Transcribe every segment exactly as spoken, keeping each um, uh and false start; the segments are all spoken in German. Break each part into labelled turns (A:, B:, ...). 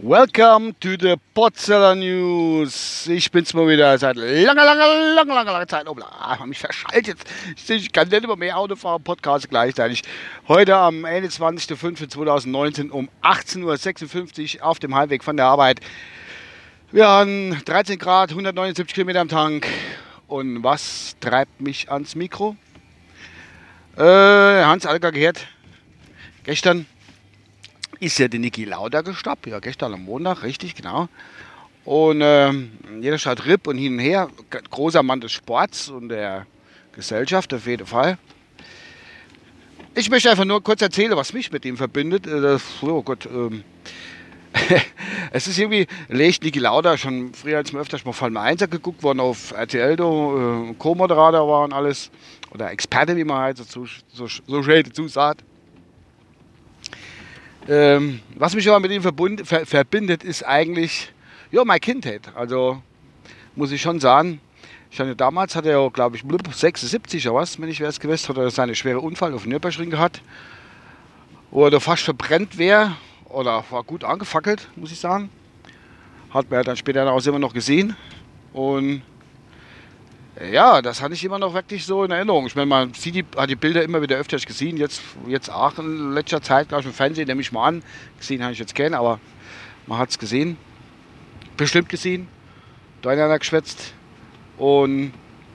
A: Welcome to the Potzeller News. Ich bin's mal wieder seit langer, langer, langer, langer, langer Zeit. Oh, ich habe mich verschaltet. Ich kann nicht immer mehr Auto fahren, Podcast gleichzeitig. Heute am einundzwanzigsten fünften zweitausendneunzehn um achtzehn Uhr sechsundfünfzig auf dem Heimweg von der Arbeit. Wir haben dreizehn Grad, hundertneunundsiebzig Kilometer am Tank. Und was treibt mich ans Mikro? Äh, Hans Alger gehört. Gestern ist ja die Niki Lauda gestorben. Ja, gestern am Montag, richtig, genau. Und ähm, jeder schaut Ripp und hin und her. Großer Mann des Sports und der Gesellschaft, auf jeden Fall. Ich möchte einfach nur kurz erzählen, was mich mit ihm verbindet. Äh, das, oh Gott, ähm, es ist irgendwie, legt Niki Lauda schon früher als mir öfters mal Formel eins geguckt worden auf R T L, äh, Co-Moderator war und alles. Oder Experte, wie man halt so, so, so schön dazu sagt. Ähm, was mich aber mit ihm verbund, ver, verbindet, ist eigentlich ja, meine Kindheit. Also muss ich schon sagen, ich hatte, damals hat er ja, glaube ich, sechsundsiebzig oder was, wenn ich es gewusst, hat er seinen schweren Unfall auf Nürburgring gehabt, wo er da fast verbrennt wäre oder war gut angefackelt, muss ich sagen. Hat man ja dann später auch immer noch gesehen. Und ja, das hatte ich immer noch wirklich so in Erinnerung. Ich meine, man sieht die, hat die Bilder immer wieder öfters gesehen. Jetzt, jetzt auch in letzter Zeit, glaube ich, im Fernsehen, nehme ich mal an. Gesehen habe ich jetzt keinen, aber man hat es gesehen. Bestimmt gesehen. Durcheinander geschwätzt. Und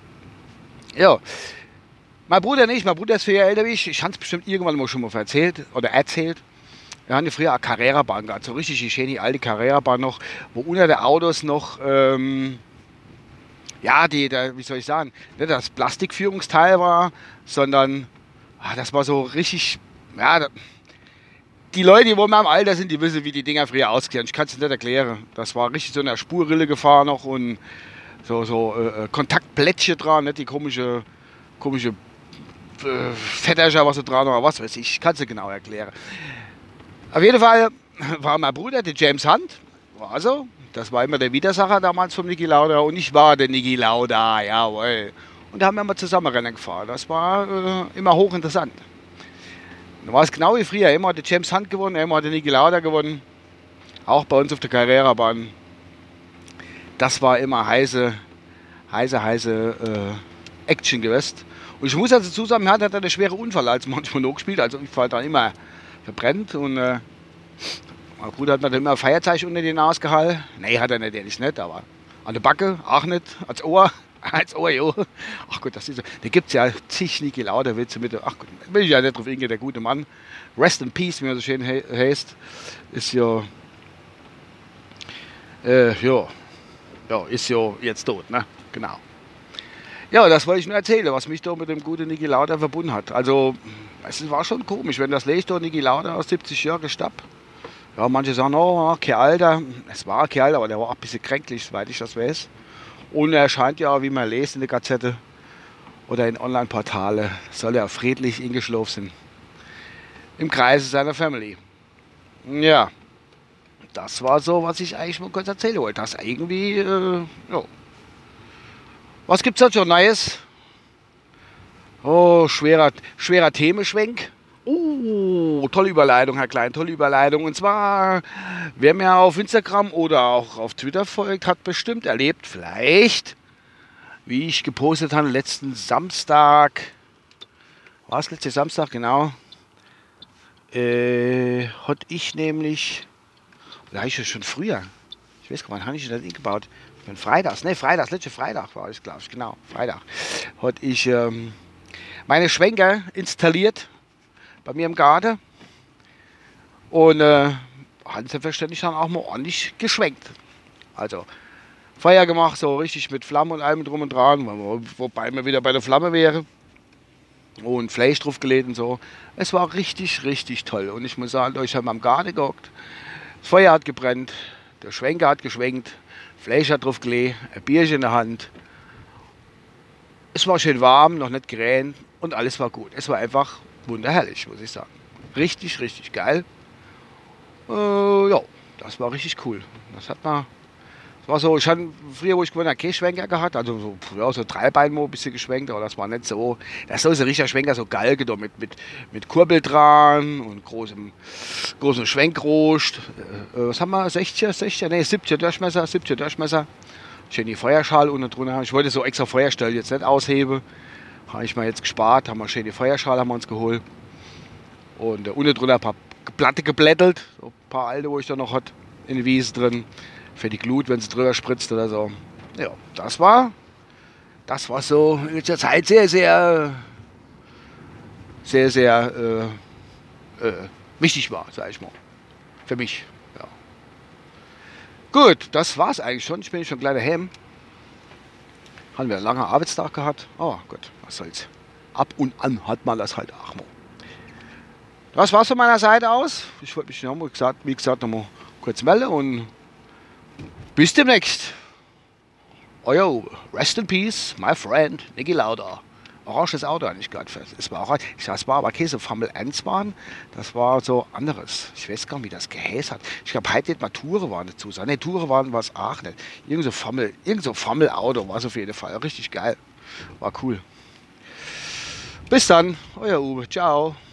A: ja, mein Bruder nicht. Mein Bruder ist vier Jahre älter wie ich. Ich habe es bestimmt irgendwann mal schon mal erzählt oder erzählt. Wir hatten früher eine Carrera-Bahn gehabt. So richtig die schöne alte Carrera-Bahn noch, wo unter den Autos noch... Ähm, Ja, die, der, wie soll ich sagen, nicht das Plastikführungsteil war, sondern ah, das war so richtig, ja, da, die Leute, die wohl in meinem Alter sind, die wissen, wie die Dinger früher auskennen. Ich kann es nicht erklären. Das war richtig so eine Spurrille gefahren noch und so, so äh, Kontaktplättchen dran, nicht die komische, komische äh, Fettercher, was da dran war, was weiß ich, ich kann es nicht genau erklären. Auf jeden Fall war mein Bruder, der James Hunt, war so. Das war immer der Widersacher damals vom Niki Lauda und ich war der Niki Lauda, jawohl. Und da haben wir immer zusammen Rennen gefahren. Das war äh, immer hochinteressant. Da war es genau wie früher. Immer hat der James Hunt gewonnen, immer hat der Niki Lauda gewonnen. Auch bei uns auf der Carrera-Bahn. Das war immer heiße, heiße, heiße äh, Action gewesen. Und ich muss also zusammen, hat er einen schweren Unfall als manchmal noch gespielt. Also ich war dann immer verbrennt und... Äh, Mein Bruder hat mir dann immer ein Feierzeichen unter die Nase gehalten. Nein, hat er nicht, ehrlich nicht, aber an der Backe auch nicht, als Ohr, als Ohr, jo. Ach gut, das ist so. Da gibt es ja zig Niki Lauda Witze mit, ach gut, da will ich ja nicht drauf eingehen, der gute Mann. Rest in Peace, wie er so schön he heißt, ist ja, äh, ja, ja, ist ja jetzt tot, ne, genau. Ja, das wollte ich nur erzählen, was mich da mit dem guten Niki Lauda verbunden hat. Also, es war schon komisch, wenn das Licht da Niki Lauda aus siebzig Jahren gestorben. Ja, manche sagen, oh, kein Alter. Es war kein Alter, aber der war auch ein bisschen kränklich, soweit ich das weiß. Und er scheint ja, wie man liest in der Gazette oder in Online-Portale, soll er friedlich eingeschlafen sein. Im Kreise seiner Family. Ja, das war so, was ich eigentlich mal kurz erzählen wollte. Das irgendwie, äh, ja. Was gibt's da schon Neues? Oh, schwerer, schwerer Themenschwenk. Oh, tolle Überleitung, Herr Klein, tolle Überleitung. Und zwar, wer mir auf Instagram oder auch auf Twitter folgt, hat bestimmt erlebt, vielleicht, wie ich gepostet habe, letzten Samstag, war es letzten Samstag, genau, äh, hatte ich nämlich, oder habe ich schon früher, ich weiß gar nicht, wann habe ich das eingebaut? Ich bin Freitags, ne, Freitags, letzte Freitag war es, glaube ich, genau, Freitag, hatte ich ähm, meine Schwenker installiert, bei mir im Garten und äh, hat selbstverständlich dann auch mal ordentlich geschwenkt. Also Feuer gemacht, so richtig mit Flamme und allem drum und dran, wobei man wieder bei der Flamme wäre und Fleisch draufgelegt und so. Es war richtig, richtig toll und ich muss sagen, ich habe am Garten gehockt, das Feuer hat gebrannt, der Schwenker hat geschwenkt, Fleisch hat draufgelegt, ein Bierchen in der Hand. Es war schön warm, noch nicht geränt und alles war gut. Es war einfach wunderherrlich, muss ich sagen. Richtig, richtig geil. Äh, ja, das war richtig cool. Das hat mir, Das war so, ich hatte früher, wo ich gewohnt habe, keinen Schwenker gehabt, also so, ja, so Dreibein ein bisschen geschwenkt, aber das war nicht so, das ist so ein richtiger Schwenker, so Galge da mit, mit, mit Kurbel dran und großem, großem Schwenkrost. Äh, äh, was haben wir, sechzig, sechzig, nee, siebzig Durchmesser, siebzig Durchmesser. Schön die Feuerschale unten drunter haben. Ich wollte so extra Feuerstelle jetzt nicht ausheben, habe ich mal jetzt gespart, haben wir schön die Feuerschale haben wir uns geholt. Und äh, unten drunter ein paar Platte geblättelt, so ein paar alte, wo ich da noch hatte, in der Wiese drin. Für die Glut, wenn es drüber spritzt oder so. Ja, das war, das war so in der Zeit sehr, sehr, sehr, sehr äh, äh, wichtig war, sag ich mal. Für mich. Ja. Gut, das war's eigentlich schon. Ich bin schon gleich daheim. Haben wir einen langen Arbeitstag gehabt. Oh Gott, was soll's. Ab und an hat man das halt auch mal. Das war's von meiner Seite aus. Ich wollte mich nochmal, gesagt, wie gesagt, nochmal kurz melden und bis demnächst. Euer Rest in Peace, my friend, Niki Lauda. Oranges Auto eigentlich gerade. Es war auch, das war aber keine so Formel eins waren, das war so anderes. Ich weiß gar nicht, wie das geheißen hat. Ich glaube, heute nicht mal Touren waren dazu. Ne, Touren waren was auch nicht. Irgend so Formel, irgend so Formel Auto war es auf jeden Fall. Richtig geil. War cool. Bis dann, euer Uwe. Ciao.